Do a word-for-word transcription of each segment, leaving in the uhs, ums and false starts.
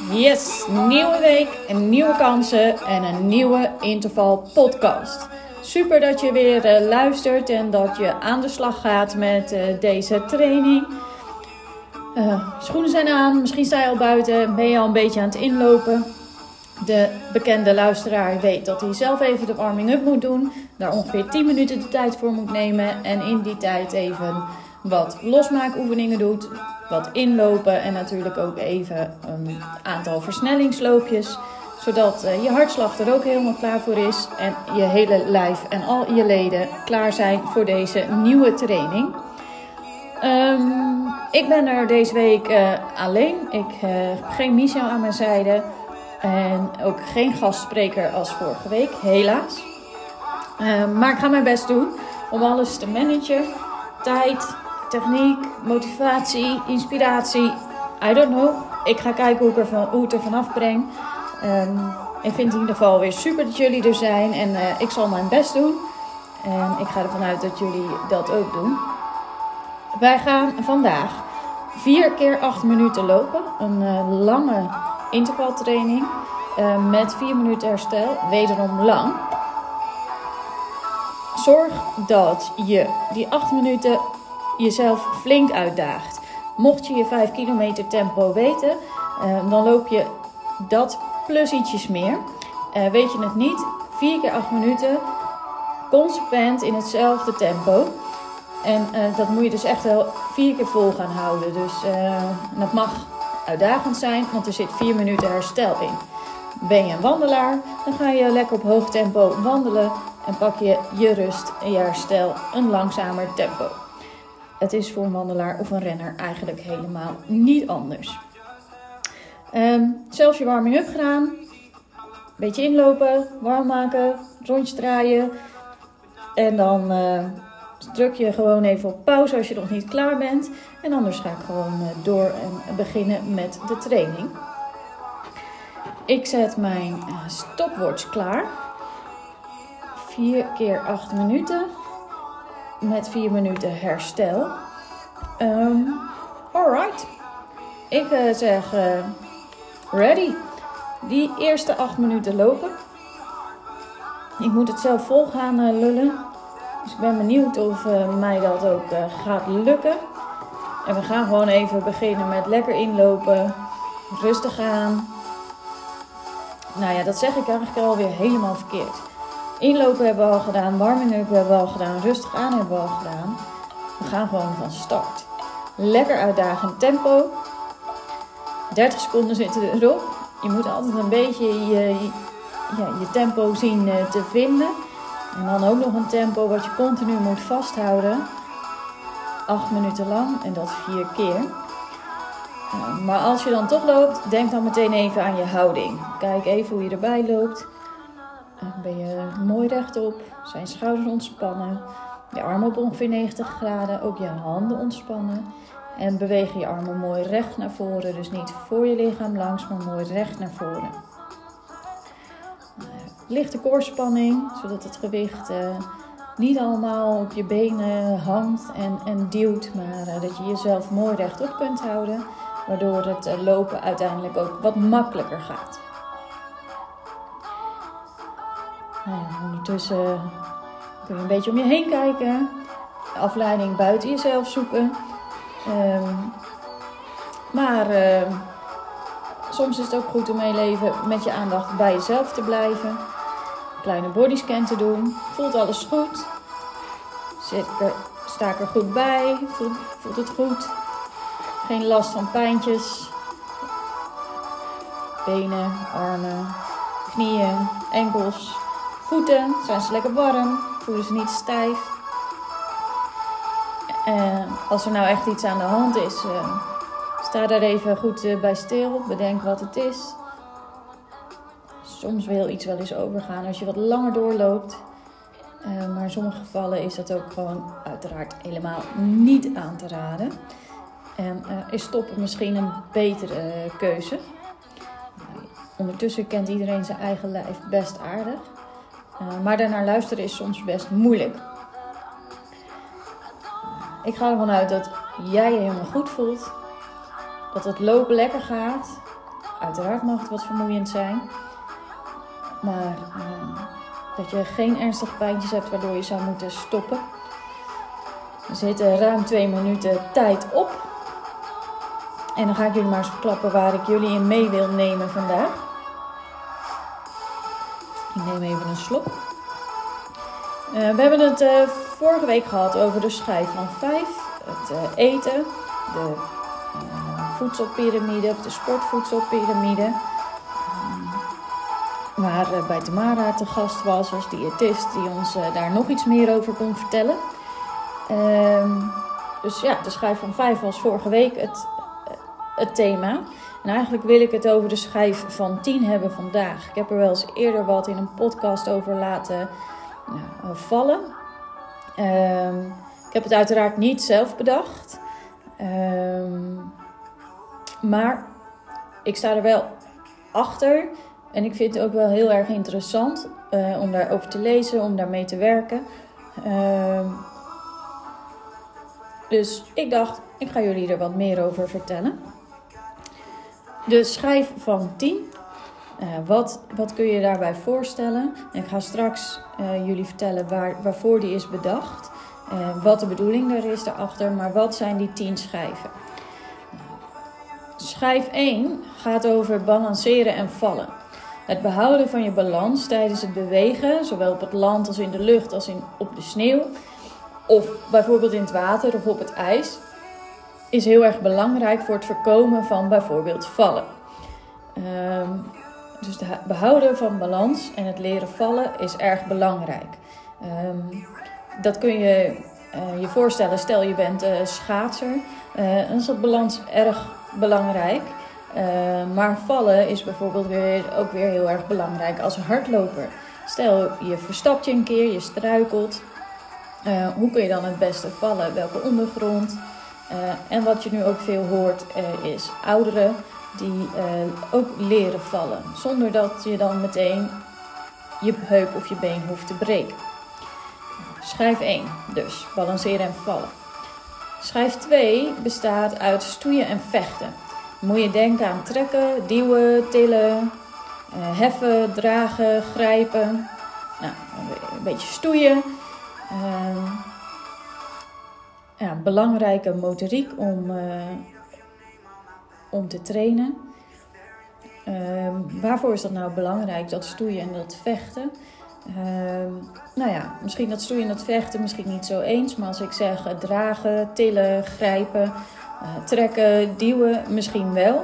Yes, nieuwe week, en nieuwe kansen en een nieuwe interval podcast. Super dat je weer uh, luistert en dat je aan de slag gaat met uh, deze training. Uh, schoenen zijn aan, misschien sta je al buiten, ben je al een beetje aan het inlopen. De bekende luisteraar weet dat hij zelf even de warming-up moet doen. Daar ongeveer tien minuten de tijd voor moet nemen. En in die tijd even wat losmaakoefeningen doet. Wat inlopen en natuurlijk ook even een aantal versnellingsloopjes. Zodat uh, je hartslag er ook helemaal klaar voor is. En je hele lijf en al je leden klaar zijn voor deze nieuwe training. Um, ik ben er deze week uh, alleen. Ik uh, heb geen Michel aan mijn zijde. En ook geen gastspreker als vorige week, helaas. Uh, maar ik ga mijn best doen om alles te managen. Tijd, techniek, motivatie, inspiratie. I don't know. Ik ga kijken hoe ik, er van, hoe ik er vanaf breng. Um, ik vind het in ieder geval weer super dat jullie er zijn. En uh, ik zal mijn best doen. En ik ga ervan uit dat jullie dat ook doen. Wij gaan vandaag vier keer acht minuten lopen. Een uh, lange intervaltraining uh, met vier minuten herstel, wederom lang. Zorg dat je die acht minuten jezelf flink uitdaagt. Mocht je je vijf kilometer tempo weten, uh, dan loop je dat plus ietsjes meer. Uh, weet je het niet, vier keer acht minuten, consequent in hetzelfde tempo. En uh, dat moet je dus echt wel vier keer vol gaan houden. Dus uh, dat mag uitdagend zijn, want er zit vier minuten herstel in. Ben je een wandelaar, dan ga je lekker op hoog tempo wandelen en pak je je rust en je herstel een langzamer tempo. Het is voor een wandelaar of een renner eigenlijk helemaal niet anders. Um, zelfs je warming-up gedaan, beetje inlopen, warm maken, rondje draaien en dan uh, druk je gewoon even op pauze als je nog niet klaar bent. En anders ga ik gewoon door en beginnen met de training. Ik zet mijn stopwatch klaar. vier keer acht minuten. Met vier minuten herstel. Um, alright. Ik uh, zeg uh, ready. Die eerste acht minuten lopen. Ik moet het zelf vol gaan uh, lullen. Dus ik ben benieuwd of uh, mij dat ook uh, gaat lukken. En we gaan gewoon even beginnen met lekker inlopen. Rustig aan. Nou ja, dat zeg ik eigenlijk alweer helemaal verkeerd. Inlopen hebben we al gedaan. Warming-up hebben we al gedaan. Rustig aan hebben we al gedaan. We gaan gewoon van start. Lekker uitdagend tempo. dertig seconden zitten erop. Je moet altijd een beetje je, ja, je tempo zien uh, te vinden. En dan ook nog een tempo wat je continu moet vasthouden. acht minuten lang en dat vier keer. Uh, maar als je dan toch loopt, denk dan meteen even aan je houding. Kijk even hoe je erbij loopt. Uh, ben je mooi rechtop, zijn schouders ontspannen. Je armen op ongeveer negentig graden, ook je handen ontspannen. En beweeg je armen mooi recht naar voren. Dus niet voor je lichaam langs, maar mooi recht naar voren. Uh, lichte koorspanning, zodat het gewicht uh, niet allemaal op je benen hangt en, en duwt. Maar uh, dat je jezelf mooi rechtop kunt houden. Waardoor het uh, lopen uiteindelijk ook wat makkelijker gaat. Nou ja, ondertussen kun je een beetje om je heen kijken. Afleiding buiten jezelf zoeken. Um, maar uh, soms is het ook goed om heel even met je aandacht bij jezelf te blijven. Een kleine bodyscan te doen. Voelt alles goed? Zit ik er, sta ik er goed bij? Voelt, voelt het goed? Geen last van pijntjes. Benen, armen, knieën, enkels, voeten. Zijn ze lekker warm? Voelen ze niet stijf? En als er nou echt iets aan de hand is, uh, sta daar even goed uh, bij stil. Bedenk wat het is. Soms wil iets wel eens overgaan als je wat langer doorloopt. Uh, maar in sommige gevallen is dat ook gewoon uiteraard helemaal niet aan te raden. En uh, is stoppen misschien een betere uh, keuze. Uh, ondertussen kent iedereen zijn eigen lijf best aardig. Uh, maar daarnaar luisteren is soms best moeilijk. Uh, ik ga ervan uit dat jij je helemaal goed voelt. Dat het lopen lekker gaat. Uiteraard mag het wat vermoeiend zijn. Maar uh, dat je geen ernstige pijntjes hebt waardoor je zou moeten stoppen. Er zitten ruim twee minuten tijd op. En dan ga ik jullie maar eens verklappen waar ik jullie in mee wil nemen vandaag. Ik neem even een slok. Uh, we hebben het uh, vorige week gehad over de schijf van vijf. Het uh, eten. De uh, voedselpiramide of de sportvoedselpiramide. Um, waar uh, bij Tamara te gast was als diëtist die ons uh, daar nog iets meer over kon vertellen. Um, dus ja, de schijf van vijf was vorige week het, uh, het thema. En eigenlijk wil ik het over de schijf van tien hebben vandaag. Ik heb er wel eens eerder wat in een podcast over laten nou, vallen. Um, ik heb het uiteraard niet zelf bedacht. Um, maar ik sta er wel achter. En ik vind het ook wel heel erg interessant uh, om daarover te lezen, om daarmee te werken. Um, dus ik dacht, ik ga jullie er wat meer over vertellen. De schijf van tien. Uh, wat, wat kun je daarbij voorstellen? En ik ga straks uh, jullie vertellen waar, waarvoor die is bedacht. Uh, wat de bedoeling er is daarachter. Maar wat zijn die tien schijven? Schijf één gaat over balanceren en vallen. Het behouden van je balans tijdens het bewegen. Zowel op het land als in de lucht als in, op de sneeuw. Of bijvoorbeeld in het water of op het ijs. Is heel erg belangrijk voor het voorkomen van bijvoorbeeld vallen. Um, dus het behouden van balans en het leren vallen is erg belangrijk. Um, dat kun je uh, je voorstellen, stel je bent uh, schaatser. Uh, dan is dat balans erg belangrijk. Uh, maar vallen is bijvoorbeeld weer, ook weer heel erg belangrijk als hardloper. Stel je verstapt je een keer, je struikelt. Uh, hoe kun je dan het beste vallen? Welke ondergrond? Uh, en wat je nu ook veel hoort uh, is ouderen die uh, ook leren vallen. Zonder dat je dan meteen je heup of je been hoeft te breken. Schijf één, dus balanceren en vallen. Schijf twee bestaat uit stoeien en vechten. Dan moet je denken aan trekken, duwen, tillen, uh, heffen, dragen, grijpen. Nou, een beetje stoeien. Uh, Ja, belangrijke motoriek om, uh, om te trainen. Uh, waarvoor is dat nou belangrijk, dat stoeien en dat vechten? Uh, nou ja, misschien dat stoeien en dat vechten misschien niet zo eens. Maar als ik zeg uh, dragen, tillen, grijpen, uh, trekken, duwen, misschien wel.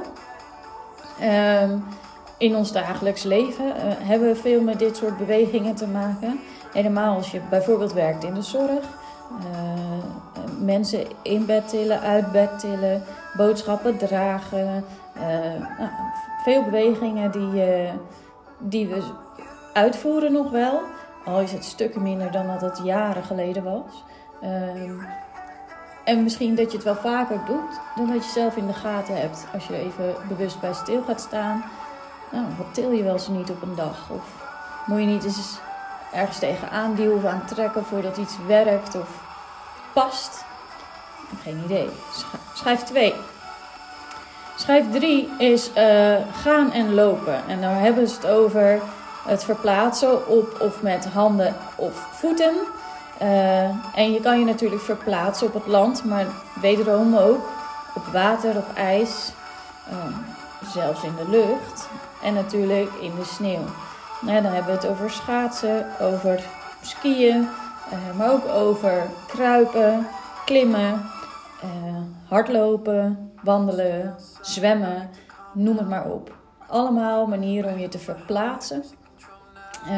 Uh, in ons dagelijks leven uh, hebben we veel met dit soort bewegingen te maken. Helemaal als je bijvoorbeeld werkt in de zorg. Uh, mensen in bed tillen, uit bed tillen, boodschappen dragen. Uh, nou, veel bewegingen die, uh, die we uitvoeren nog wel. Al is het stukken minder dan dat het jaren geleden was. Uh, en misschien dat je het wel vaker doet dan dat je zelf in de gaten hebt. Als je even bewust bij stil gaat staan. Nou, wat til je wel eens niet op een dag? Of moet je niet eens ergens tegenaan duwen of aan trekken voordat iets werkt of past? Geen idee. Schijf twee. Schijf drie is uh, gaan en lopen. En daar hebben ze het over het verplaatsen op of met handen of voeten. Uh, en je kan je natuurlijk verplaatsen op het land, maar wederom ook op water, op ijs, uh, zelfs in de lucht en natuurlijk in de sneeuw. Nou, dan hebben we het over schaatsen, over skiën, uh, maar ook over kruipen, klimmen, uh, hardlopen, wandelen, zwemmen, noem het maar op. Allemaal manieren om je te verplaatsen uh,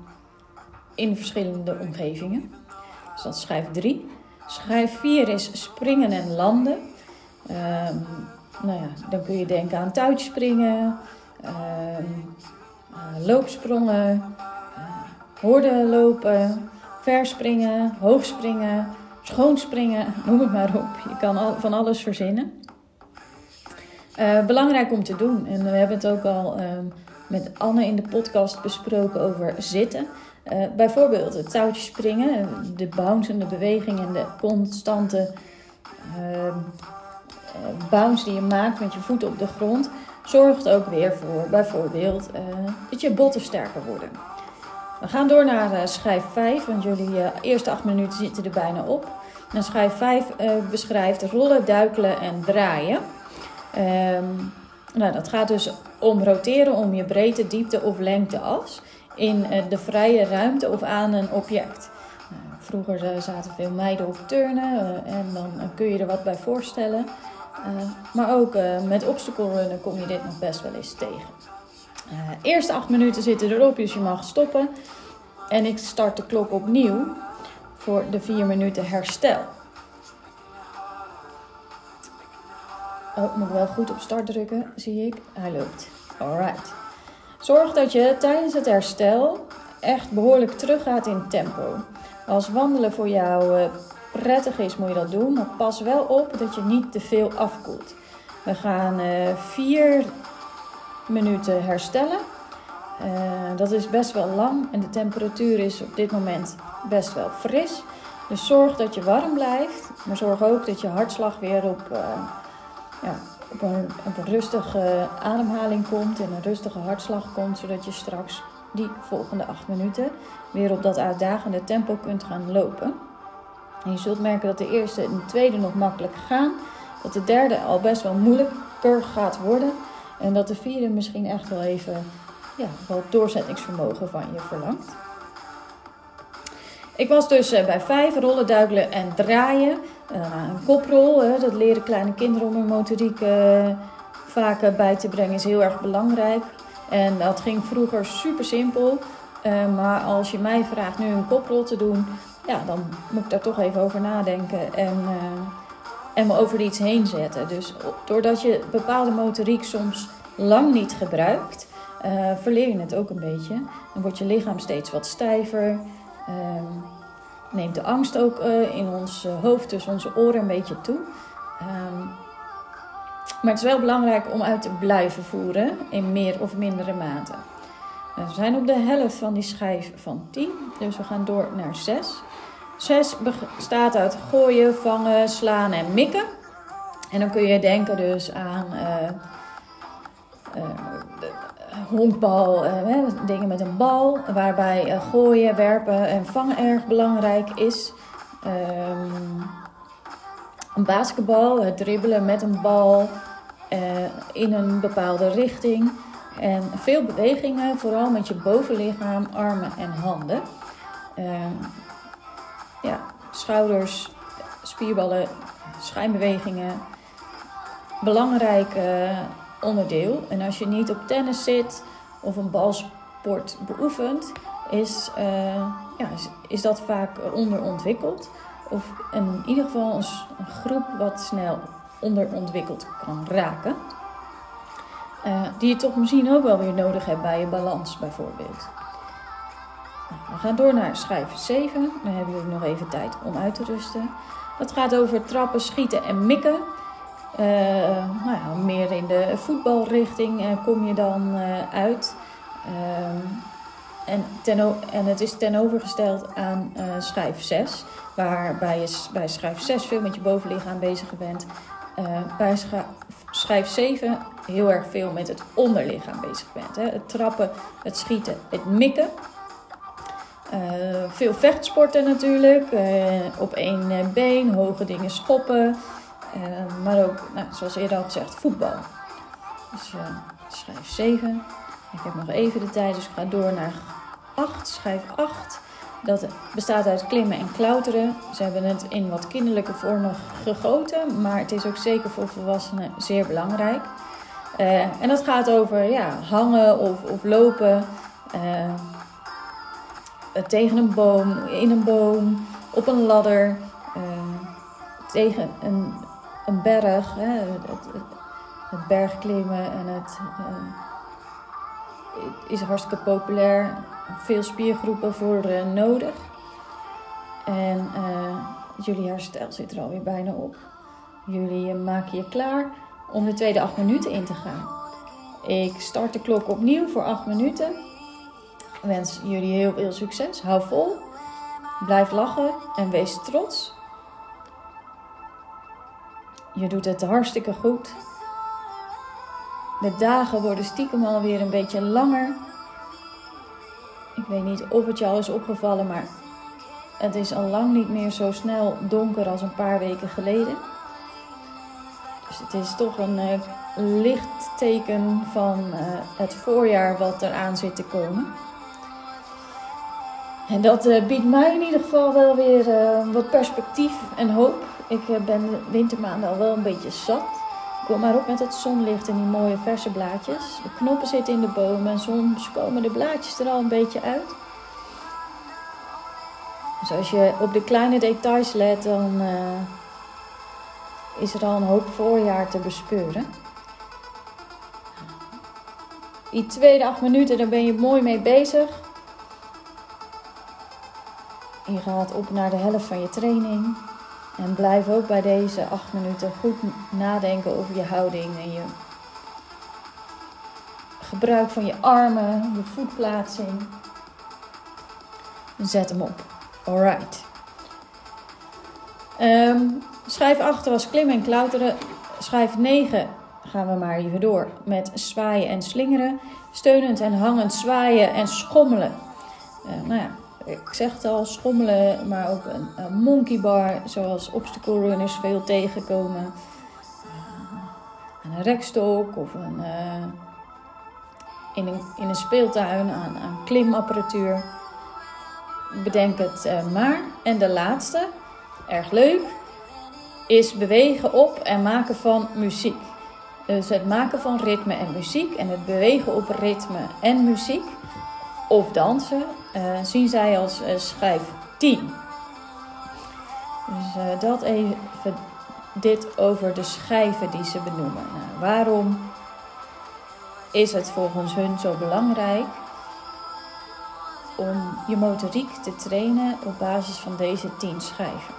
in verschillende omgevingen. Dus dat is schijf drie. Schijf vier is springen en landen. Uh, nou ja, dan kun je denken aan touwtjespringen, uh, uh, loopsprongen, uh, horden lopen, verspringen, hoogspringen, schoonspringen, noem het maar op. Je kan al, van alles verzinnen. Uh, belangrijk om te doen. En we hebben het ook al uh, met Anne in de podcast besproken over zitten. Uh, bijvoorbeeld het touwtjespringen, de bouncende beweging en de constante uh, uh, bounce die je maakt met je voeten op de grond. zorgt ook weer voor bijvoorbeeld uh, dat je botten sterker worden. We gaan door naar uh, schijf vijf, want jullie uh, eerste acht minuten zitten er bijna op. En schijf vijf uh, beschrijft rollen, duikelen en draaien. Um, nou, dat gaat dus om roteren om je breedte, diepte of lengteas in uh, de vrije ruimte of aan een object. Uh, vroeger uh, zaten veel meiden op turnen uh, en dan uh, kun je er wat bij voorstellen. Uh, maar ook uh, met obstacle runnen kom je dit nog best wel eens tegen. Uh, eerste acht minuten zitten erop, dus je mag stoppen. En ik start de klok opnieuw voor de vier minuten herstel. Oh, ik moet wel goed op start drukken, zie ik. Hij loopt. Alright. Zorg dat je tijdens het herstel echt behoorlijk teruggaat in tempo. Als wandelen voor jou uh, prettig is, moet je dat doen. Maar pas wel op dat je niet te veel afkoelt. We gaan uh, vier minuten herstellen. Uh, dat is best wel lang en de temperatuur is op dit moment best wel fris. Dus zorg dat je warm blijft. Maar zorg ook dat je hartslag weer op, uh, ja, op, een, op een rustige ademhaling komt. En een rustige hartslag komt. Zodat je straks die volgende acht minuten weer op dat uitdagende tempo kunt gaan lopen. En je zult merken dat de eerste en de tweede nog makkelijk gaan. Dat de derde al best wel moeilijker gaat worden. En dat de vierde misschien echt wel even ja, wat doorzettingsvermogen van je verlangt. Ik was dus uh, bij vijf, rollen, duikelen en draaien. Uh, een koprol, uh, dat leren kleine kinderen om hun motoriek uh, vaak uh, bij te brengen, is heel erg belangrijk. En dat ging vroeger super simpel. Uh, maar als je mij vraagt nu een koprol te doen, ja, dan moet ik daar toch even over nadenken en, uh, en me over iets heen zetten. Dus doordat je bepaalde motoriek soms lang niet gebruikt, uh, verleer je het ook een beetje. Dan wordt je lichaam steeds wat stijver. Uh, neemt de angst ook uh, in ons uh, hoofd tussen onze oren een beetje toe. Um, maar het is wel belangrijk om uit te blijven voeren in meer of mindere mate. We zijn op de helft van die schijf van tien, dus we gaan door naar zes. zes bestaat uit gooien, vangen, slaan en mikken. En dan kun je denken dus aan uh, uh, honkbal, uh, dingen met een bal, waarbij uh, gooien, werpen en vangen erg belangrijk is. Um, een basketbal, het dribbelen met een bal uh, in een bepaalde richting. En veel bewegingen, vooral met je bovenlichaam, armen en handen. Uh, ja, schouders, spierballen, schijnbewegingen. Belangrijk uh, onderdeel. En als je niet op tennis zit of een balsport beoefent, is, uh, ja, is, is dat vaak onderontwikkeld. Of in ieder geval een, een groep wat snel onderontwikkeld kan raken. Uh, die je toch misschien ook wel weer nodig hebt bij je balans bijvoorbeeld. Nou, we gaan door naar schijf zeven. Dan hebben jullie nog even tijd om uit te rusten. Dat gaat over trappen, schieten en mikken. Uh, nou ja, meer in de voetbalrichting uh, kom je dan uh, uit. Uh, en, ten o- en het is tegenovergesteld aan uh, schijf zes. Waarbij je bij schijf zes veel met je bovenlichaam bezig bent. Uh, bij scha- schijf zeven heel erg veel met het onderlichaam bezig bent. Hè? Het trappen, het schieten, het mikken. Uh, veel vechtsporten natuurlijk. Uh, op één been, hoge dingen schoppen. Uh, maar ook, nou, zoals eerder al gezegd, voetbal. Dus uh, schijf zeven. Ik heb nog even de tijd, dus ik ga door naar acht. Schijf acht. Dat bestaat uit klimmen en klauteren. Ze hebben het in wat kinderlijke vormen gegoten. Maar het is ook zeker voor volwassenen zeer belangrijk. Uh, en dat gaat over ja, hangen of, of lopen. Uh, tegen een boom, in een boom, op een ladder. Uh, tegen een, een berg. Hè, het, het, het bergklimmen en het... Uh, is hartstikke populair. Veel spiergroepen voor uh, nodig. En uh, jullie herstel zit er alweer bijna op. Jullie uh, maken je klaar om de tweede acht minuten in te gaan. Ik start de klok opnieuw voor acht minuten. Ik wens jullie heel veel succes. Hou vol. Blijf lachen en wees trots. Je doet het hartstikke goed. De dagen worden stiekem alweer een beetje langer. Ik weet niet of het je al is opgevallen, maar het is al lang niet meer zo snel donker als een paar weken geleden. Dus het is toch een uh, licht teken van uh, het voorjaar wat eraan zit te komen. En dat uh, biedt mij in ieder geval wel weer uh, wat perspectief en hoop. Ik uh, ben de wintermaanden al wel een beetje zat. Kom maar op met het zonlicht en die mooie verse blaadjes. De knoppen zitten in de bomen en soms komen de blaadjes er al een beetje uit. Dus als je op de kleine details let, dan uh, is er al een hoop voorjaar te bespeuren. Die tweede acht minuten, daar ben je mooi mee bezig. Je gaat op naar de helft van je training. En blijf ook bij deze acht minuten goed nadenken over je houding en je gebruik van je armen, je voetplaatsing. Zet hem op. Alright. Um, schijf acht was klimmen en klauteren. Schijf negen gaan we maar even door met zwaaien en slingeren. Steunend en hangend zwaaien en schommelen. Uh, nou ja. Ik zeg het al, schommelen, maar ook een, een monkey bar, zoals obstacle runners veel tegenkomen. Uh, een rekstok of een, uh, in, een, in een speeltuin aan, aan klimapparatuur. Bedenk het uh, maar. En de laatste, erg leuk, is bewegen op en maken van muziek. Dus het maken van ritme en muziek en het bewegen op ritme en muziek. Of dansen, uh, zien zij als uh, schijf tien. Dus uh, dat even dit over de schijven die ze benoemen. Nou, waarom is het volgens hun zo belangrijk om je motoriek te trainen op basis van deze tien schijven?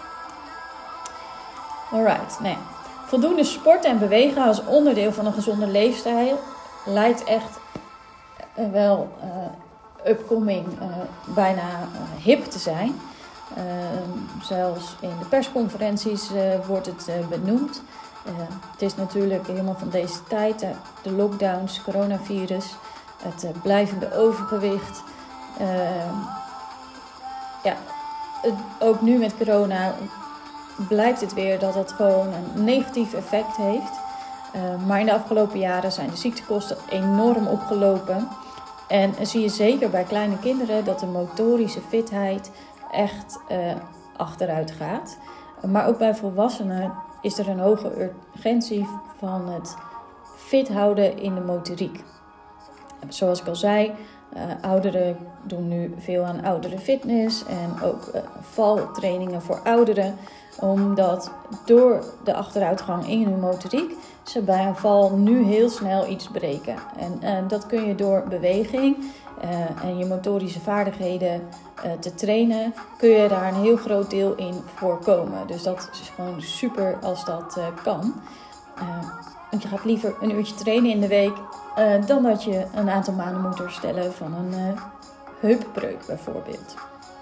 Alright, nou ja. Voldoende sport en bewegen als onderdeel van een gezonde leefstijl lijkt echt uh, wel uh, upcoming, uh, bijna uh, hip te zijn. Uh, zelfs in de persconferenties uh, wordt het uh, benoemd. Uh, het is natuurlijk helemaal van deze tijd, uh, de lockdowns, coronavirus, het uh, blijvende overgewicht. Uh, ja, het, ook nu met corona blijkt het weer dat het gewoon een negatief effect heeft. Uh, maar in de afgelopen jaren zijn de ziektekosten enorm opgelopen. En zie je zeker bij kleine kinderen dat de motorische fitheid echt uh, achteruit gaat. Maar ook bij volwassenen is er een hoge urgentie van het fit houden in de motoriek. Zoals ik al zei, uh, ouderen doen nu veel aan ouderenfitness en ook uh, valtrainingen voor ouderen. Omdat door de achteruitgang in hun motoriek ze bij een val nu heel snel iets breken. En uh, dat kun je door beweging uh, en je motorische vaardigheden uh, te trainen, kun je daar een heel groot deel in voorkomen. Dus dat is gewoon super als dat uh, kan. Uh, want je gaat liever een uurtje trainen in de week uh, dan dat je een aantal maanden moet herstellen van een uh, heupbreuk bijvoorbeeld.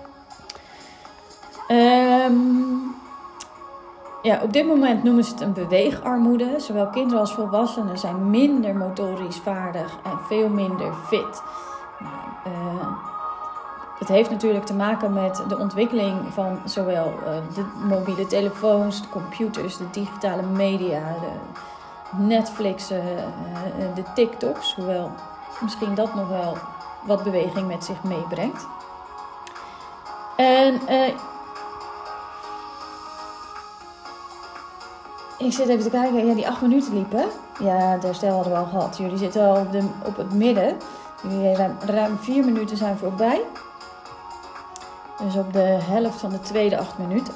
Um, Ja, op dit moment noemen ze het een beweegarmoede. Zowel kinderen als volwassenen zijn minder motorisch vaardig en veel minder fit. Nou, uh, het heeft natuurlijk te maken met de ontwikkeling van zowel uh, de mobiele telefoons, de computers, de digitale media, de Netflix, uh, de TikToks. Hoewel misschien dat nog wel wat beweging met zich meebrengt. En uh, ik zit even te kijken. Ja, die acht minuten liepen. Ja, het herstel hadden we al gehad. Jullie zitten al op, de, op het midden. Jullie ruim, ruim vier minuten zijn voorbij. Dus op de helft van de tweede acht minuten.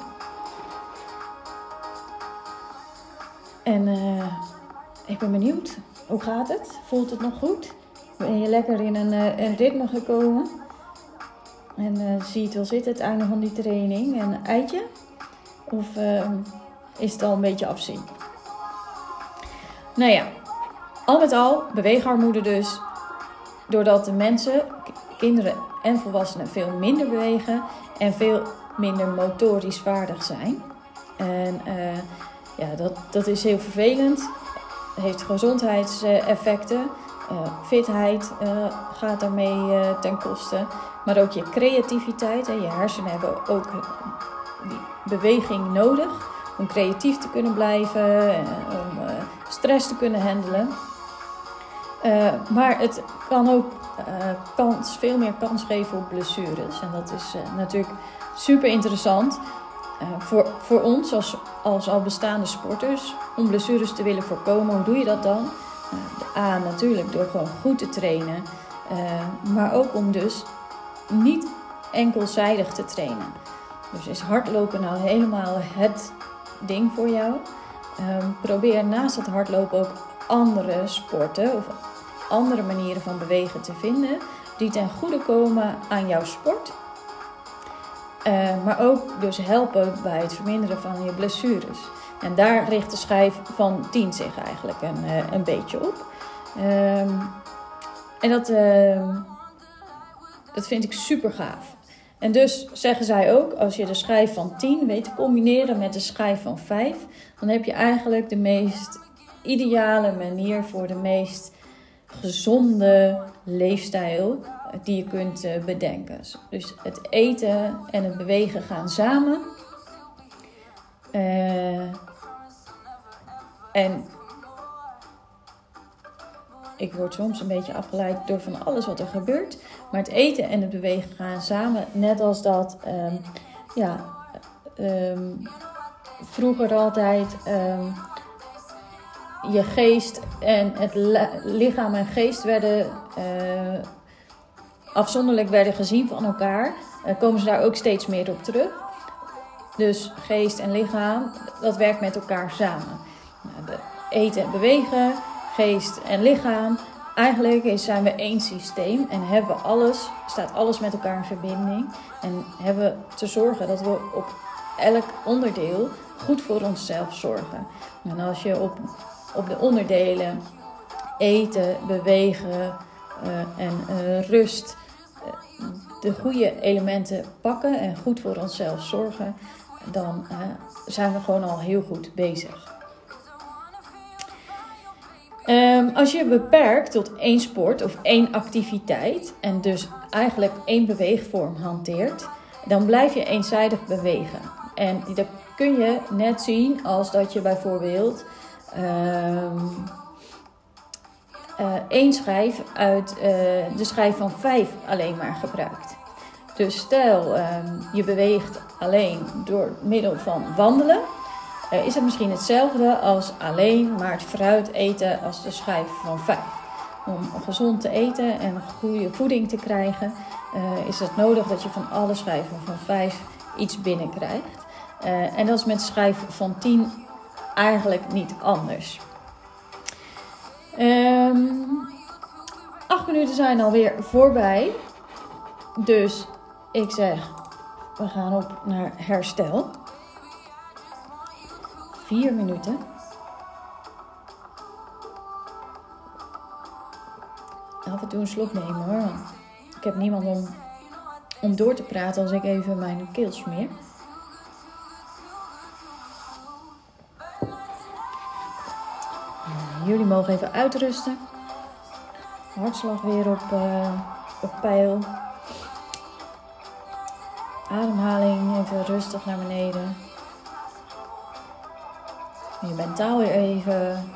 En uh, ik ben benieuwd. Hoe gaat het? Voelt het nog goed? Ben je lekker in een, uh, een ritme gekomen? En uh, zie je het wel zitten, het einde van die training? En een eitje? Of Uh, is het al een beetje afzien. Nou ja, al met al beweegarmoede dus. Doordat de mensen, k- kinderen en volwassenen veel minder bewegen en veel minder motorisch vaardig zijn. En uh, ja, dat, dat is heel vervelend. heeft gezondheidseffecten. Uh, fitheid uh, gaat daarmee uh, ten koste. Maar ook je creativiteit. Hè. Je hersenen hebben ook die beweging nodig om creatief te kunnen blijven. Uh, om uh, stress te kunnen handelen. Uh, maar het kan ook uh, kans, veel meer kans geven op blessures. En dat is uh, natuurlijk super interessant uh, voor, voor ons als, als al bestaande sporters. Om blessures te willen voorkomen, hoe doe je dat dan? Uh, A, natuurlijk door gewoon goed te trainen. Uh, maar ook om dus niet enkelzijdig te trainen. Dus is hardlopen nou helemaal het ding voor jou? Uh, probeer naast het hardlopen ook andere sporten of andere manieren van bewegen te vinden die ten goede komen aan jouw sport. Uh, maar ook dus helpen bij het verminderen van je blessures. En daar richt de schijf van tien zich eigenlijk een, uh, een beetje op. Um, en dat, uh, dat vind ik super gaaf. En dus zeggen zij ook, als je de schijf van tien weet te combineren met de schijf van vijf, dan heb je eigenlijk de meest ideale manier voor de meest gezonde leefstijl die je kunt uh, bedenken. Dus het eten en het bewegen gaan samen. Uh, en ik word soms een beetje afgeleid door van alles wat er gebeurt. Maar het eten en het bewegen gaan samen. Net als dat um, ja, um, vroeger altijd um, je geest en het lichaam en geest werden uh, afzonderlijk werden gezien van elkaar. Uh, komen ze daar ook steeds meer op terug. Dus geest en lichaam, dat werkt met elkaar samen. Nou, de eten en bewegen, geest en lichaam. Eigenlijk is, zijn we één systeem en hebben we alles, staat alles met elkaar in verbinding. En hebben we te zorgen dat we op elk onderdeel goed voor onszelf zorgen. En als je op, op de onderdelen eten, bewegen uh, en uh, rust uh, de goede elementen pakken en goed voor onszelf zorgen, dan uh, zijn we gewoon al heel goed bezig. Um, als je beperkt tot één sport of één activiteit en dus eigenlijk één beweegvorm hanteert, dan blijf je eenzijdig bewegen. En dat kun je net zien als dat je bijvoorbeeld um, uh, één schijf uit uh, de schijf van vijf alleen maar gebruikt. Dus stel um, je beweegt alleen door middel van wandelen. Uh, is het misschien hetzelfde als alleen maar het fruit eten als de schijf van vijf. Om gezond te eten en goede voeding te krijgen, uh, is het nodig dat je van alle schijven van vijf iets binnenkrijgt. Uh, en dat is met de schijf van tien eigenlijk niet anders. Um, acht minuten zijn alweer voorbij. Dus ik zeg, we gaan op naar herstel. Vier minuten. Af en toe een slok nemen hoor. Ik heb niemand om, om door te praten als ik even mijn keel smeer. Jullie mogen even uitrusten. Hartslag weer op, uh, op peil. Ademhaling even rustig naar beneden. Je mentaal weer even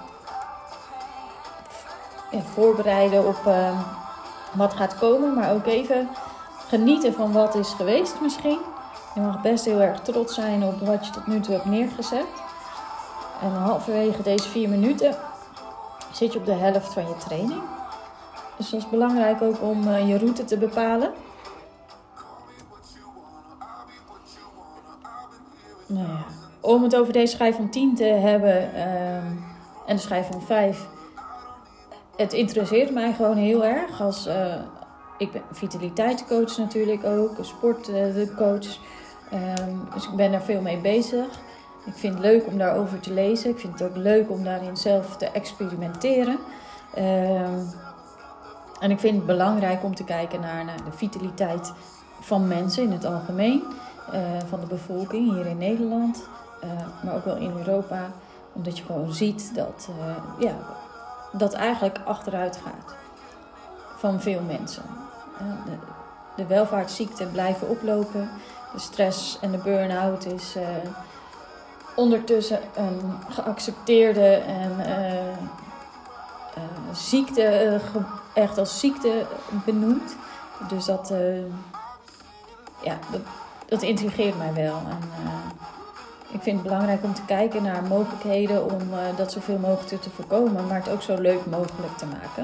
ja, voorbereiden op uh, wat gaat komen. Maar ook even genieten van wat is geweest misschien. Je mag best heel erg trots zijn op wat je tot nu toe hebt neergezet. En halverwege deze vier minuten zit je op de helft van je training. Dus dat is belangrijk ook om uh, je route te bepalen. Nou ja, om het over deze schijf van tien te hebben uh, en de schijf van vijf. Het interesseert mij gewoon heel erg. Als, uh, ik ben vitaliteitscoach natuurlijk ook, een sportcoach. Uh, um, dus ik ben daar veel mee bezig. Ik vind het leuk om daarover te lezen. Ik vind het ook leuk om daarin zelf te experimenteren. Uh, en ik vind het belangrijk om te kijken naar, naar de vitaliteit van mensen in het algemeen. Uh, van de bevolking hier in Nederland. Uh, maar ook wel in Europa. Omdat je gewoon ziet dat, uh, ja, dat eigenlijk achteruit gaat van veel mensen. Uh, de, de welvaartsziekten blijven oplopen. De stress en de burn-out is uh, ondertussen een geaccepteerde en uh, uh, ziekte, uh, ge, echt als ziekte benoemd. Dus dat, uh, ja, dat, dat intrigeert mij wel. En, uh, ik vind het belangrijk om te kijken naar mogelijkheden om uh, dat zoveel mogelijk te voorkomen, maar het ook zo leuk mogelijk te maken.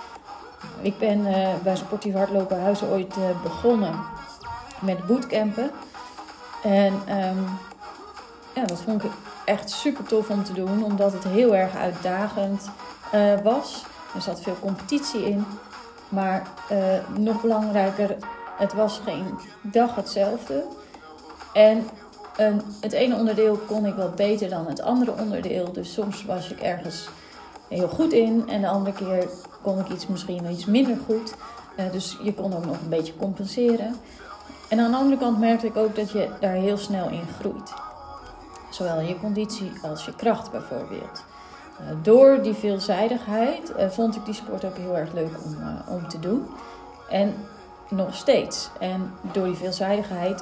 Ik ben uh, bij Sportief Hardlopen Huizen ooit uh, begonnen met bootcampen. En um, ja, dat vond ik echt super tof om te doen, omdat het heel erg uitdagend uh, was. Er zat veel competitie in. Maar uh, nog belangrijker, het was geen dag hetzelfde. En uh, het ene onderdeel kon ik wat beter dan het andere onderdeel. Dus soms was ik ergens heel goed in en de andere keer kon ik iets misschien iets minder goed. Uh, dus je kon ook nog een beetje compenseren. En aan de andere kant merkte ik ook dat je daar heel snel in groeit. Zowel je conditie als je kracht bijvoorbeeld. Uh, door die veelzijdigheid uh, vond ik die sport ook heel erg leuk om, uh, om te doen. En nog steeds. En door die veelzijdigheid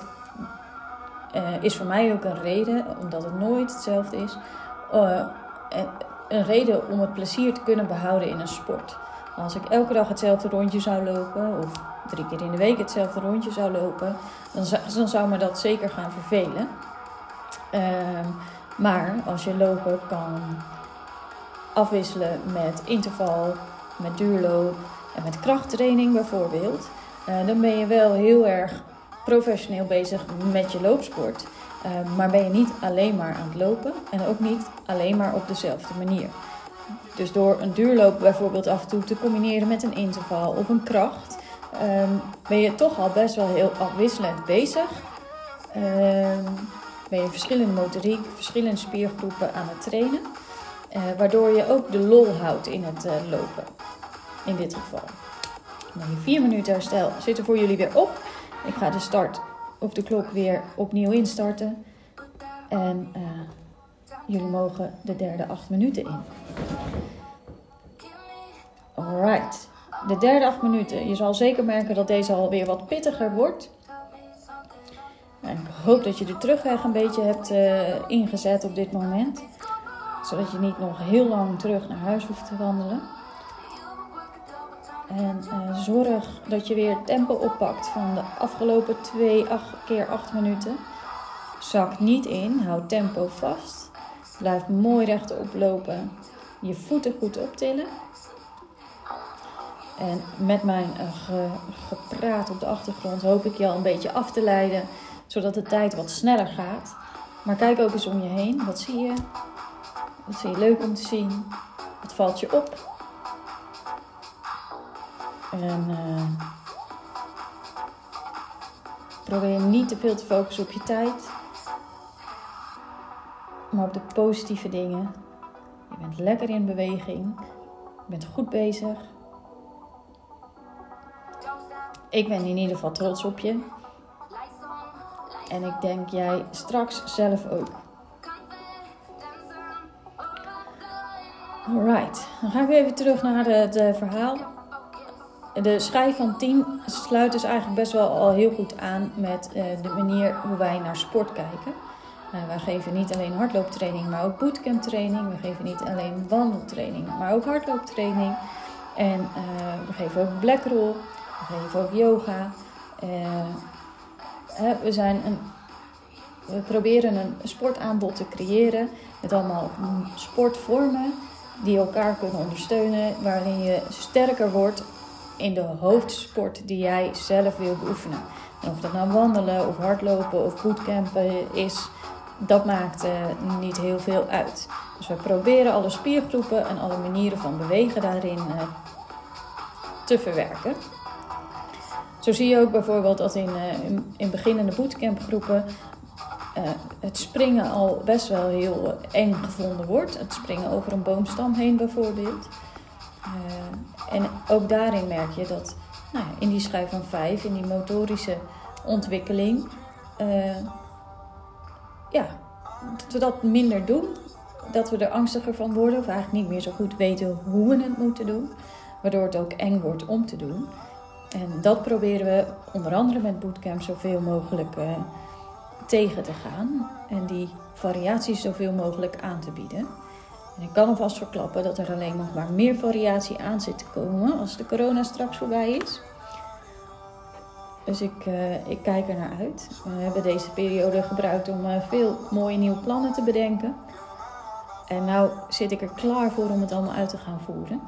uh, is voor mij ook een reden, omdat het nooit hetzelfde is, uh, een reden om het plezier te kunnen behouden in een sport. Als ik elke dag hetzelfde rondje zou lopen, of drie keer in de week hetzelfde rondje zou lopen, dan zou, dan zou me dat zeker gaan vervelen. Uh, maar als je lopen kan afwisselen met interval, met duurloop en met krachttraining bijvoorbeeld, uh, dan ben je wel heel erg professioneel bezig met je loopsport. Uh, maar ben je niet alleen maar aan het lopen en ook niet alleen maar op dezelfde manier. Dus door een duurloop bijvoorbeeld af en toe te combineren met een interval of een kracht, um, ben je toch al best wel heel afwisselend bezig. Um, ben je verschillende motoriek, verschillende spiergroepen aan het trainen. Uh, waardoor je ook de lol houdt in het uh, lopen. In dit geval. Nou, die vier minuten herstel zitten voor jullie weer op. Ik ga de start of de klok weer opnieuw instarten. En uh, jullie mogen de derde acht minuten in. Alright. De derde acht minuten. Je zal zeker merken dat deze alweer wat pittiger wordt. En ik hoop dat je de terugweg een beetje hebt uh, ingezet op dit moment. Zodat je niet nog heel lang terug naar huis hoeft te wandelen. En uh, zorg dat je weer het tempo oppakt van de afgelopen twee acht, keer acht minuten. Zak niet in, houd tempo vast. Blijf mooi rechtop lopen. Je voeten goed optillen. En met mijn uh, ge, gepraat op de achtergrond hoop ik je al een beetje af te leiden. Zodat de tijd wat sneller gaat. Maar kijk ook eens om je heen. Wat zie je? Wat vind je leuk om te zien? Wat valt je op? En uh, probeer niet te veel te focussen op je tijd. Maar op de positieve dingen. Je bent lekker in beweging. Je bent goed bezig. Ik ben in ieder geval trots op je. En ik denk jij straks zelf ook. Alright, dan ga ik weer even terug naar het verhaal. De schijf van tien sluit dus eigenlijk best wel al heel goed aan met uh, de manier hoe wij naar sport kijken. Uh, wij geven niet alleen hardlooptraining, maar ook bootcamptraining. We geven niet alleen wandeltraining, maar ook hardlooptraining. En uh, we geven ook blackroll, we geven ook yoga. Uh, uh, we, zijn een, we proberen een sportaanbod te creëren met allemaal sportvormen die elkaar kunnen ondersteunen, waarin je sterker wordt in de hoofdsport die jij zelf wil beoefenen. En of dat nou wandelen of hardlopen of bootcampen is, dat maakt uh, niet heel veel uit. Dus we proberen alle spiergroepen en alle manieren van bewegen daarin uh, te verwerken. Zo zie je ook bijvoorbeeld dat in, uh, in, in beginnende bootcampgroepen uh, het springen al best wel heel eng gevonden wordt. Het springen over een boomstam heen bijvoorbeeld. Uh, en ook daarin merk je dat nou ja, in die schijf van vijf, in die motorische ontwikkeling, uh, ja, dat we dat minder doen. dat we er angstiger van worden. Of eigenlijk niet meer zo goed weten hoe we het moeten doen. Waardoor het ook eng wordt om te doen. En dat proberen we onder andere met bootcamp zoveel mogelijk uh, tegen te gaan. En die variaties zoveel mogelijk aan te bieden. En ik kan alvast verklappen dat er alleen nog maar meer variatie aan zit te komen als de corona straks voorbij is. Dus ik, uh, ik kijk er naar uit. We hebben deze periode gebruikt om uh, veel mooie nieuwe plannen te bedenken. En nou zit ik er klaar voor om het allemaal uit te gaan voeren.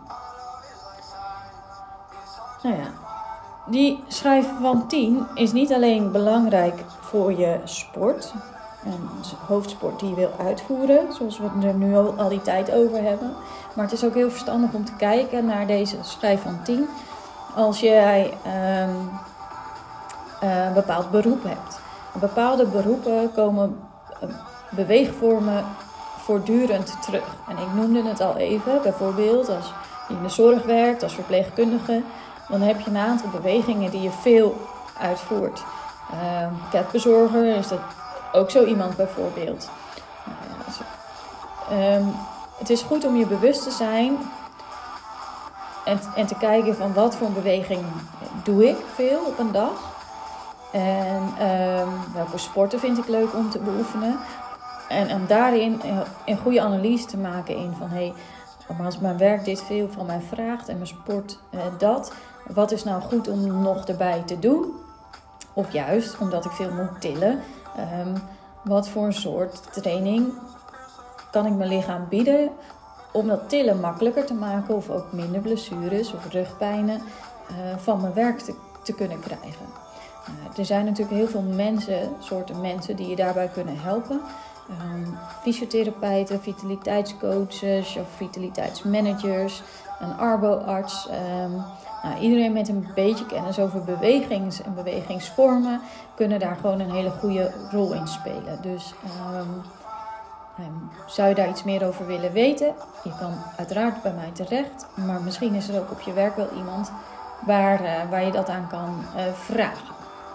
Nou ja, die schijf van tien is niet alleen belangrijk voor je sport. Een hoofdsport die je wil uitvoeren, zoals we het er nu al, al die tijd over hebben. Maar het is ook heel verstandig om te kijken naar deze schijf van tien. Als jij um, uh, een bepaald beroep hebt. Bepaalde beroepen komen uh, beweegvormen voortdurend terug. En ik noemde het al even, bijvoorbeeld als je in de zorg werkt, als verpleegkundige. Dan heb je een aantal bewegingen die je veel uitvoert. Uh, Catbezorger is dat ook zo iemand bijvoorbeeld. Uh, dus, um, het is goed om je bewust te zijn en, en te kijken van wat voor een beweging doe ik veel op een dag. En um, welke sporten vind ik leuk om te beoefenen. En om daarin een goede analyse te maken in van hé, hey, maar als mijn werk dit veel van mij vraagt en mijn sport uh, dat, wat is nou goed om nog erbij te doen? Of juist, omdat ik veel moet tillen, um, wat voor een soort training kan ik mijn lichaam bieden om dat tillen makkelijker te maken of ook minder blessures of rugpijnen uh, van mijn werk te, te kunnen krijgen. Uh, er zijn natuurlijk heel veel mensen, soorten mensen die je daarbij kunnen helpen. Um, fysiotherapeuten, vitaliteitscoaches of vitaliteitsmanagers, een arbo-arts. Um, nou, iedereen met een beetje kennis over bewegings- en bewegingsvormen kunnen daar gewoon een hele goede rol in spelen. Dus um, um, zou je daar iets meer over willen weten? Je kan uiteraard bij mij terecht, maar misschien is er ook op je werk wel iemand waar, uh, waar je dat aan kan uh, vragen.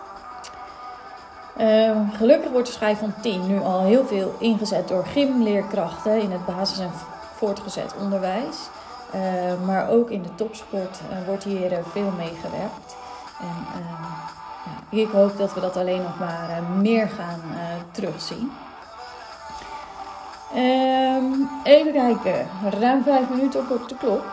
Uh, gelukkig wordt de schijf van tien nu al heel veel ingezet door gymleerkrachten in het basis- en voortgezet onderwijs. Uh, maar ook in de topsport uh, wordt hier uh, veel mee gewerkt. En uh, ja, ik hoop dat we dat alleen nog maar uh, meer gaan uh, terugzien. Um, even kijken, ruim vijf minuten op de klok.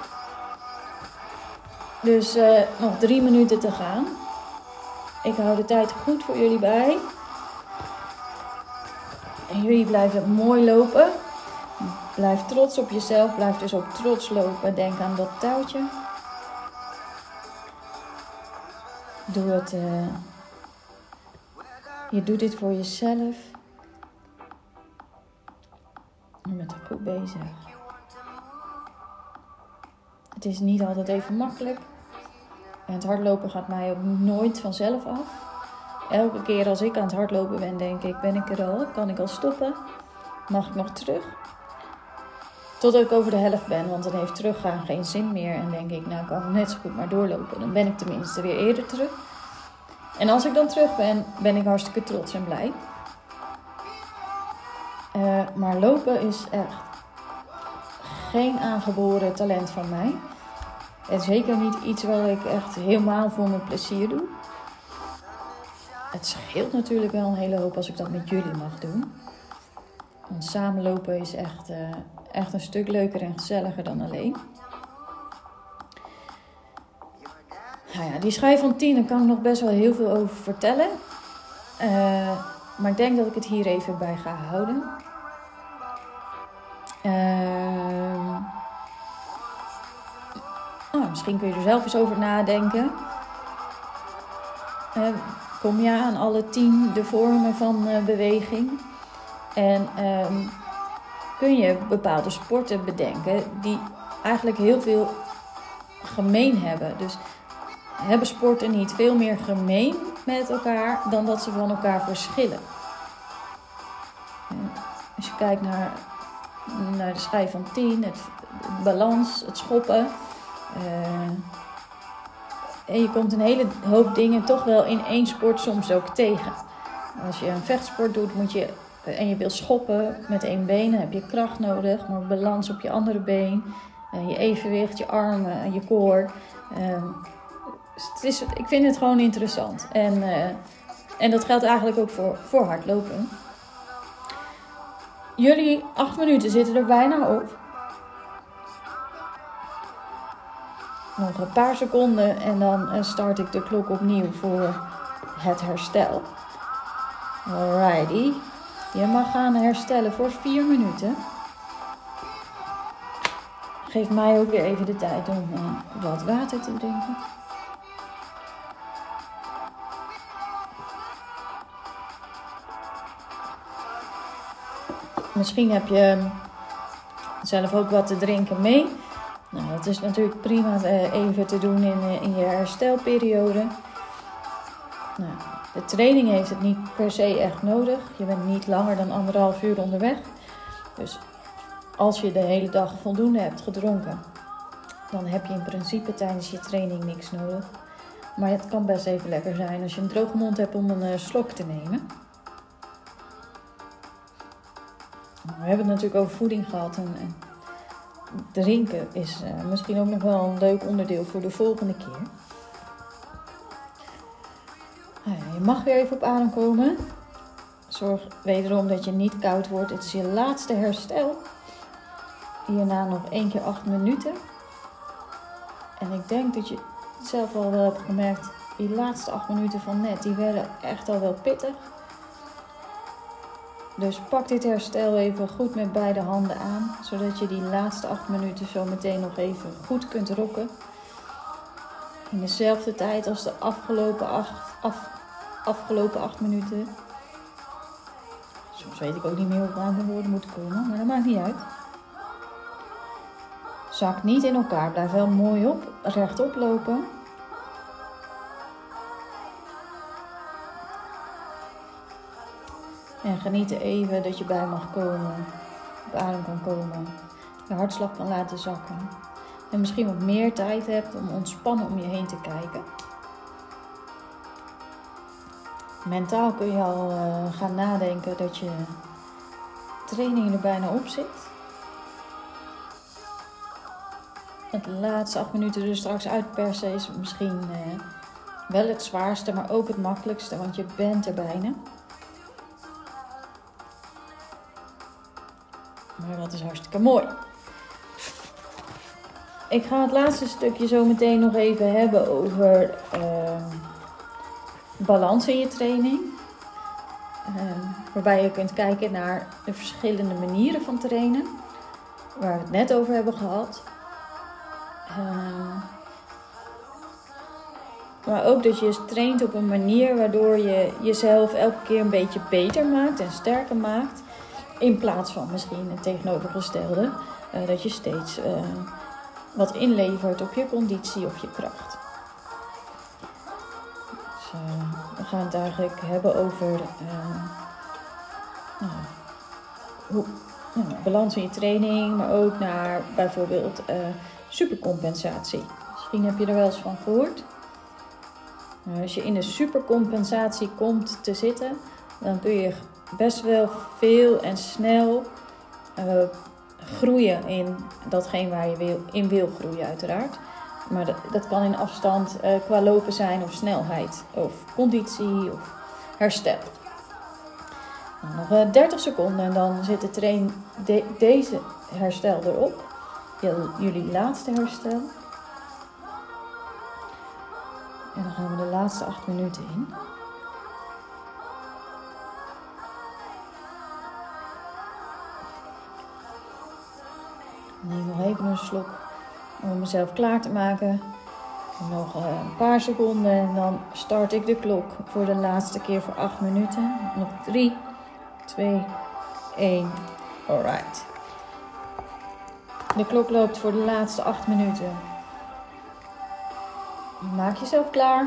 Dus uh, nog drie minuten te gaan. Ik hou de tijd goed voor jullie bij. En jullie blijven mooi lopen. Blijf trots op jezelf. Blijf dus ook trots lopen. Denk aan dat touwtje. Doe het. Uh, je doet dit voor jezelf. Je bent er goed bezig. Het is niet altijd even makkelijk. En het hardlopen gaat mij ook nooit vanzelf af. Elke keer als ik aan het hardlopen ben, denk ik, ben ik er al? Kan ik al stoppen? Mag ik nog terug? Totdat ik over de helft ben, want dan heeft teruggaan geen zin meer. En denk ik, nou kan ik net zo goed maar doorlopen. Dan ben ik tenminste weer eerder terug. En als ik dan terug ben, ben ik hartstikke trots en blij. Uh, maar lopen is echt geen aangeboren talent van mij. En zeker niet iets wat ik echt helemaal voor mijn plezier doe. Het scheelt natuurlijk wel een hele hoop als ik dat met jullie mag doen. Want samenlopen is echt, uh, echt een stuk leuker en gezelliger dan alleen. Nou ja, die schijf van tien, daar kan ik nog best wel heel veel over vertellen. Uh, maar ik denk dat ik het hier even bij ga houden. Uh, oh, misschien kun je er zelf eens over nadenken. Uh, kom je aan alle tien de vormen van uh, beweging. En um, kun je bepaalde sporten bedenken die eigenlijk heel veel gemeen hebben. Dus hebben sporten niet veel meer gemeen met elkaar dan dat ze van elkaar verschillen. En als je kijkt naar, naar de schijf van tien, het, het balans, het schoppen. Uh, en je komt een hele hoop dingen toch wel in één sport soms ook tegen. Als je een vechtsport doet, moet je en je wil schoppen met één been, dan heb je kracht nodig, maar balans op je andere been, uh, je evenwicht, je armen, je core. Uh, het is, ik vind het gewoon interessant. En, uh, en dat geldt eigenlijk ook voor, voor hardlopen. Jullie acht minuten zitten er bijna op. Nog een paar seconden en dan start ik de klok opnieuw voor het herstel. Alrighty. Je mag gaan herstellen voor vier minuten. Geef mij ook weer even de tijd om uh, wat water te drinken. Misschien heb je zelf ook wat te drinken mee. Nou, dat is natuurlijk prima uh, even te doen in, uh, in je herstelperiode. Nou, de training heeft het niet per se echt nodig. Je bent niet langer dan anderhalf uur onderweg. Dus als je de hele dag voldoende hebt gedronken, dan heb je in principe tijdens je training niks nodig. Maar het kan best even lekker zijn als je een droge mond hebt om een uh, slok te nemen. We hebben het natuurlijk over voeding gehad. En, en drinken is uh, misschien ook nog wel een leuk onderdeel voor de volgende keer. Nou ja, je mag weer even op adem komen. Zorg wederom dat je niet koud wordt. Het is je laatste herstel. Hierna nog één keer acht minuten. En ik denk dat je het zelf al wel hebt gemerkt. Die laatste acht minuten van net, die werden echt al wel pittig. Dus pak dit herstel even goed met beide handen aan. Zodat je die laatste acht minuten zo meteen nog even goed kunt rocken. In dezelfde tijd als de afgelopen acht, af, afgelopen acht minuten. Soms weet ik ook niet meer hoe ik aan de woorden moet komen. Maar dat maakt niet uit. Zak niet in elkaar. Blijf wel mooi op. Rechtop lopen. En geniet even dat je bij mag komen. Op adem kan komen. Je hartslag kan laten zakken. En misschien wat meer tijd hebt om ontspannen om je heen te kijken. Mentaal kun je al uh, gaan nadenken dat je training er bijna op zit. Het laatste acht minuten er straks uitpersen is misschien uh, wel het zwaarste, maar ook het makkelijkste, want je bent er bijna. Maar dat is hartstikke mooi. Ik ga het laatste stukje zo meteen nog even hebben over uh, balans in je training. Uh, waarbij je kunt kijken naar de verschillende manieren van trainen. Waar we het net over hebben gehad. Uh, maar ook dat je traint op een manier waardoor je jezelf elke keer een beetje beter maakt en sterker maakt. In plaats van misschien het tegenovergestelde. Uh, dat je steeds uh, wat inlevert op je conditie of je kracht. Dus, uh, we gaan het eigenlijk hebben over uh, nou, hoe, nou, balans in je training. Maar ook naar bijvoorbeeld uh, supercompensatie. Misschien heb je er wel eens van gehoord. Uh, als je in de supercompensatie komt te zitten, dan kun je best wel veel en snel uh, groeien in datgene waar je wil, in wil groeien uiteraard. Maar dat, dat kan in afstand uh, qua lopen zijn of snelheid of conditie of herstel. Nou, nog uh, dertig seconden en dan zit de train de, deze herstel erop. Jullie laatste herstel. En dan gaan we de laatste acht minuten in. Neem nog even een slok om mezelf klaar te maken. Nog een paar seconden en dan start ik de klok voor de laatste keer voor acht minuten. Nog drie, twee, één. Alright. De klok loopt voor de laatste acht minuten. Maak jezelf klaar.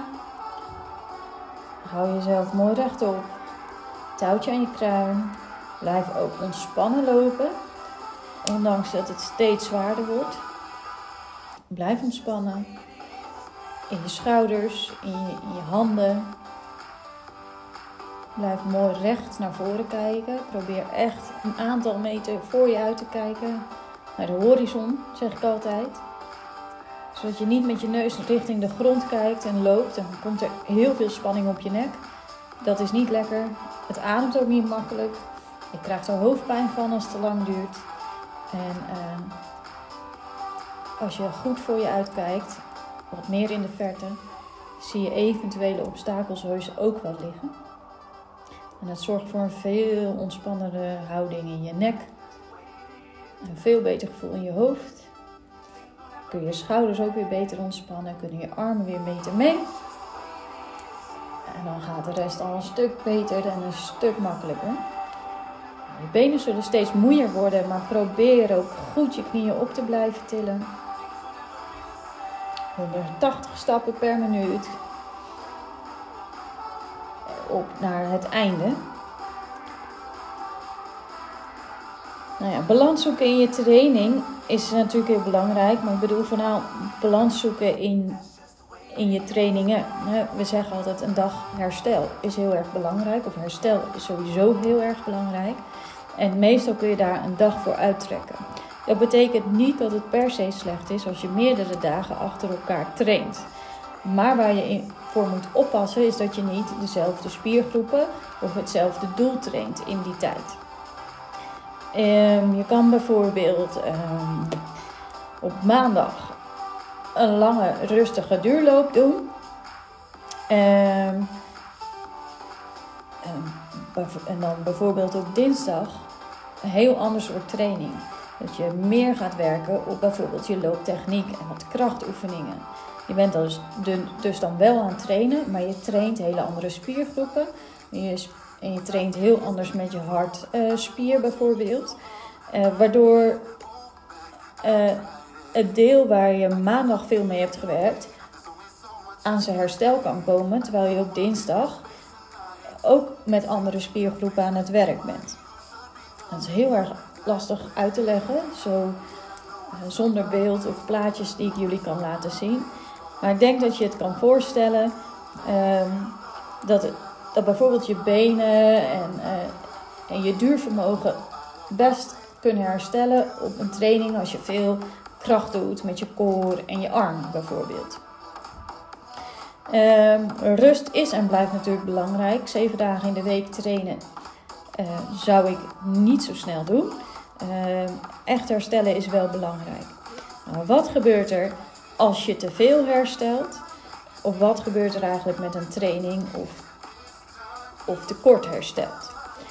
Hou jezelf mooi rechtop. Touwtje aan je kruin. Blijf ook ontspannen lopen. Ondanks dat het steeds zwaarder wordt. Blijf ontspannen. In je schouders, in je, in je handen. Blijf mooi recht naar voren kijken. Probeer echt een aantal meter voor je uit te kijken. Naar de horizon, zeg ik altijd. Zodat je niet met je neus richting de grond kijkt en loopt. Dan komt er heel veel spanning op je nek. Dat is niet lekker. Het ademt ook niet makkelijk. Je krijgt er hoofdpijn van als het te lang duurt. En uh, als je goed voor je uitkijkt, wat meer in de verte, zie je eventuele obstakels heus ook wel liggen. En dat zorgt voor een veel ontspannende houding in je nek. Een veel beter gevoel in je hoofd. Kun je schouders ook weer beter ontspannen. Kunnen je armen weer beter mee. En dan gaat de rest al een stuk beter en een stuk makkelijker. Je benen zullen steeds moeier worden, maar probeer ook goed je knieën op te blijven tillen. honderdtachtig stappen per minuut. Op naar het einde. Nou ja, balans zoeken in je training is natuurlijk heel belangrijk. Maar ik bedoel vooral balans zoeken in, in je trainingen. We zeggen altijd een dag herstel is heel erg belangrijk. Of herstel is sowieso heel erg belangrijk. En meestal kun je daar een dag voor uittrekken. Dat betekent niet dat het per se slecht is als je meerdere dagen achter elkaar traint. Maar waar je voor moet oppassen is dat je niet dezelfde spiergroepen of hetzelfde doel traint in die tijd. Um, je kan bijvoorbeeld um, op maandag een lange rustige duurloop doen. Um, um, en dan bijvoorbeeld op dinsdag een heel ander soort training. Dat je meer gaat werken op bijvoorbeeld je looptechniek en wat krachtoefeningen. Je bent dus, dus dan wel aan het trainen, maar je traint hele andere spiergroepen. En je, en je traint heel anders met je hartspier uh, bijvoorbeeld. Uh, waardoor uh, het deel waar je maandag veel mee hebt gewerkt aan zijn herstel kan komen. Terwijl je op dinsdag ook met andere spiergroepen aan het werk bent. Dat is heel erg lastig uit te leggen. Zo uh, zonder beeld of plaatjes die ik jullie kan laten zien. Maar ik denk dat je het kan voorstellen um, dat, het, dat bijvoorbeeld je benen en, uh, en je duurvermogen best kunnen herstellen op een training als je veel kracht doet met je core en je arm bijvoorbeeld. Um, rust is en blijft natuurlijk belangrijk. Zeven dagen in de week trainen uh, zou ik niet zo snel doen. Uh, echt herstellen is wel belangrijk. Nou, wat gebeurt er als je te veel herstelt? Of wat gebeurt er eigenlijk met een training of, of te kort herstelt?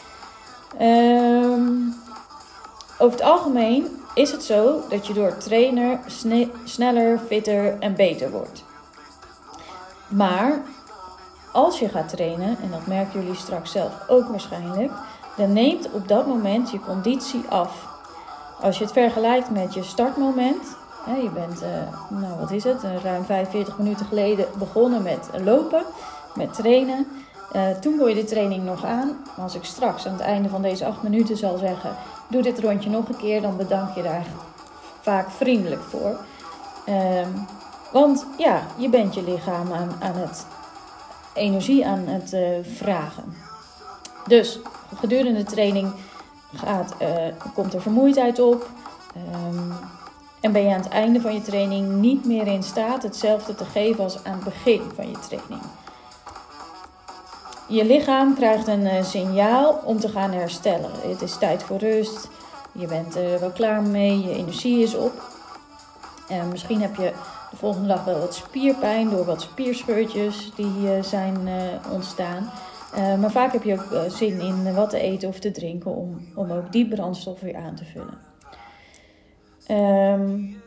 Um, over het algemeen is het zo dat je door trainer sne- sneller, fitter en beter wordt. Maar als je gaat trainen, en dat merken jullie straks zelf ook waarschijnlijk, dan neemt op dat moment je conditie af. Als je het vergelijkt met je startmoment, hè, je bent, uh, nou wat is het, ruim vijfenveertig minuten geleden begonnen met lopen, met trainen. Uh, toen kon je de training nog aan. Maar als ik straks aan het einde van deze acht minuten zal zeggen, doe dit rondje nog een keer, dan bedank je daar vaak vriendelijk voor. Um, want ja, je bent je lichaam aan, aan het energie aan het uh, vragen. Dus gedurende de training gaat, uh, komt er vermoeidheid op. Um, en ben je aan het einde van je training niet meer in staat hetzelfde te geven als aan het begin van je training. Je lichaam krijgt een uh, signaal om te gaan herstellen. Het is tijd voor rust. Je bent er wel klaar mee. Je energie is op. En misschien heb je de volgende dag wel wat spierpijn door wat spierscheurtjes die uh, zijn uh, ontstaan. Uh, maar vaak heb je ook uh, zin in wat te eten of te drinken om, om ook die brandstof weer aan te vullen. Um,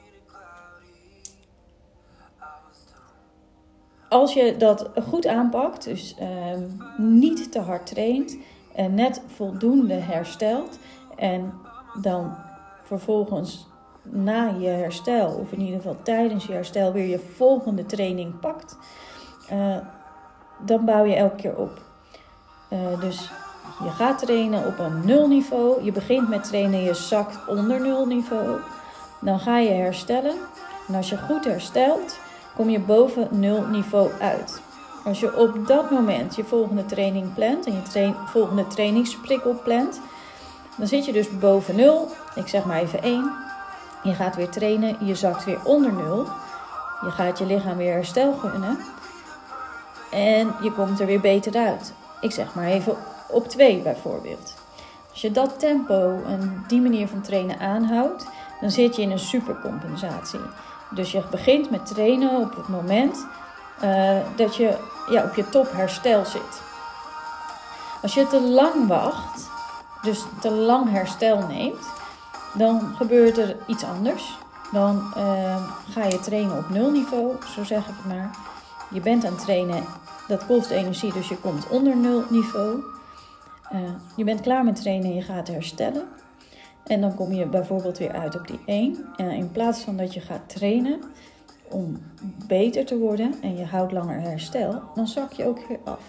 als je dat goed aanpakt, dus um, niet te hard traint en net voldoende herstelt en dan vervolgens na je herstel, of in ieder geval tijdens je herstel, weer je volgende training pakt, uh, dan bouw je elke keer op. Uh, dus je gaat trainen op een nulniveau. Je begint met trainen, je zakt onder nulniveau. Dan ga je herstellen. En als je goed herstelt, kom je boven nulniveau uit. Als je op dat moment je volgende training plant en je tra- volgende trainingsprikkel plant, dan zit je dus boven nul. Ik zeg maar even één. Je gaat weer trainen, je zakt weer onder nul. Je gaat je lichaam weer herstel gunnen. En je komt er weer beter uit. Ik zeg maar even op twee bijvoorbeeld. Als je dat tempo en die manier van trainen aanhoudt, dan zit je in een supercompensatie. Dus je begint met trainen op het moment uh, dat je ja, op je topherstel zit. Als je te lang wacht, dus te lang herstel neemt, dan gebeurt er iets anders. Dan uh, ga je trainen op nulniveau, zo zeg ik het maar. Je bent aan het trainen, dat kost energie, dus je komt onder nulniveau. Uh, je bent klaar met trainen en je gaat herstellen. En dan kom je bijvoorbeeld weer uit op die één. En in plaats van dat je gaat trainen om beter te worden en je houdt langer herstel, dan zak je ook weer af.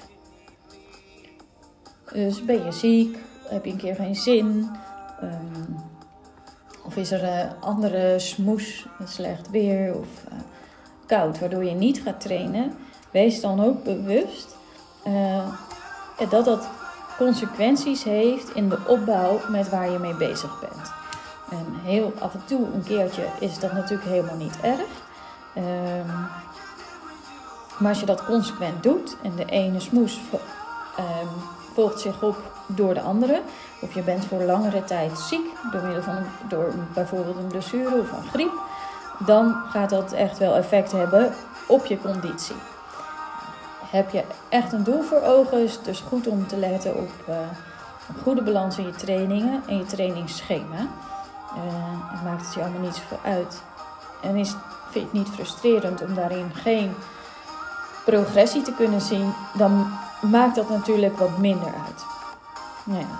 Dus ben je ziek, heb je een keer geen zin, um, of is er uh, andere smoes, slecht weer of uh, koud, waardoor je niet gaat trainen. Wees dan ook bewust uh, dat dat consequenties heeft in de opbouw met waar je mee bezig bent. En heel af en toe een keertje is dat natuurlijk helemaal niet erg. Um, maar als je dat consequent doet en de ene smoes um, volgt zich op door de andere, of je bent voor langere tijd ziek door middel van een, door bijvoorbeeld een blessure of een griep, dan gaat dat echt wel effect hebben op je conditie. Heb je echt een doel voor ogen, is het dus goed om te letten op uh, een goede balans in je trainingen en je trainingsschema. Uh, het maakt het je allemaal niet zoveel uit. En is, vind je het niet frustrerend om daarin geen progressie te kunnen zien, dan maakt dat natuurlijk wat minder uit. Nou ja.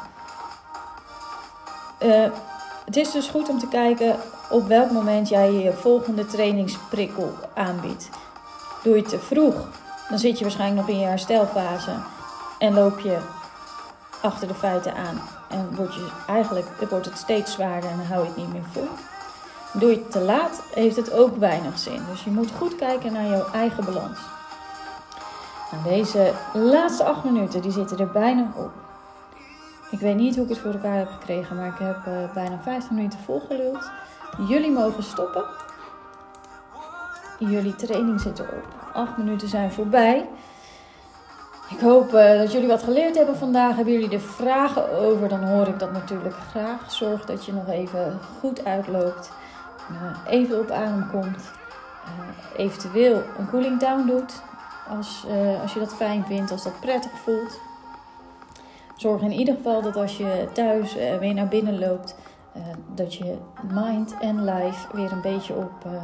uh, het is dus goed om te kijken op welk moment jij je volgende trainingsprikkel aanbiedt. Doe je het te vroeg, dan zit je waarschijnlijk nog in je herstelfase en loop je achter de feiten aan. En wordt je eigenlijk, wordt het steeds zwaarder en dan hou je het niet meer vol. Doe je het te laat, heeft het ook weinig zin. Dus je moet goed kijken naar jouw eigen balans. Nou, deze laatste acht minuten, die zitten er bijna op. Ik weet niet hoe ik het voor elkaar heb gekregen, maar ik heb uh, bijna vijftig minuten volgeluld. Jullie mogen stoppen. Jullie training zit erop. acht minuten zijn voorbij. Ik hoop uh, dat jullie wat geleerd hebben vandaag. Hebben jullie er vragen over, dan hoor ik dat natuurlijk graag. Zorg dat je nog even goed uitloopt. Uh, even op adem komt. Uh, eventueel een cooling down doet. Als, uh, als je dat fijn vindt, als dat prettig voelt. Zorg in ieder geval dat als je thuis uh, weer naar binnen loopt, uh, dat je mind en life weer een beetje op uh,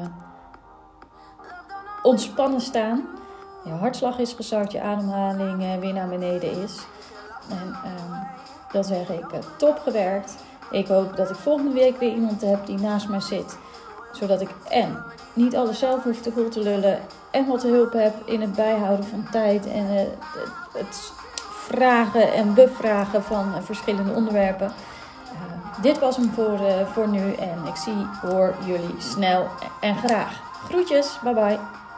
ontspannen staan. Je hartslag is gezakt, je ademhaling uh, weer naar beneden is. En uh, dan zeg ik uh, top gewerkt. Ik hoop dat ik volgende week weer iemand heb die naast mij zit. Zodat ik en niet alles zelf hoef te goed te lullen. En wat hulp heb in het bijhouden van tijd. En uh, het vragen en bevragen van uh, verschillende onderwerpen. Uh, dit was hem voor, uh, voor nu. En ik zie, hoor jullie snel en graag. Groetjes, bye bye.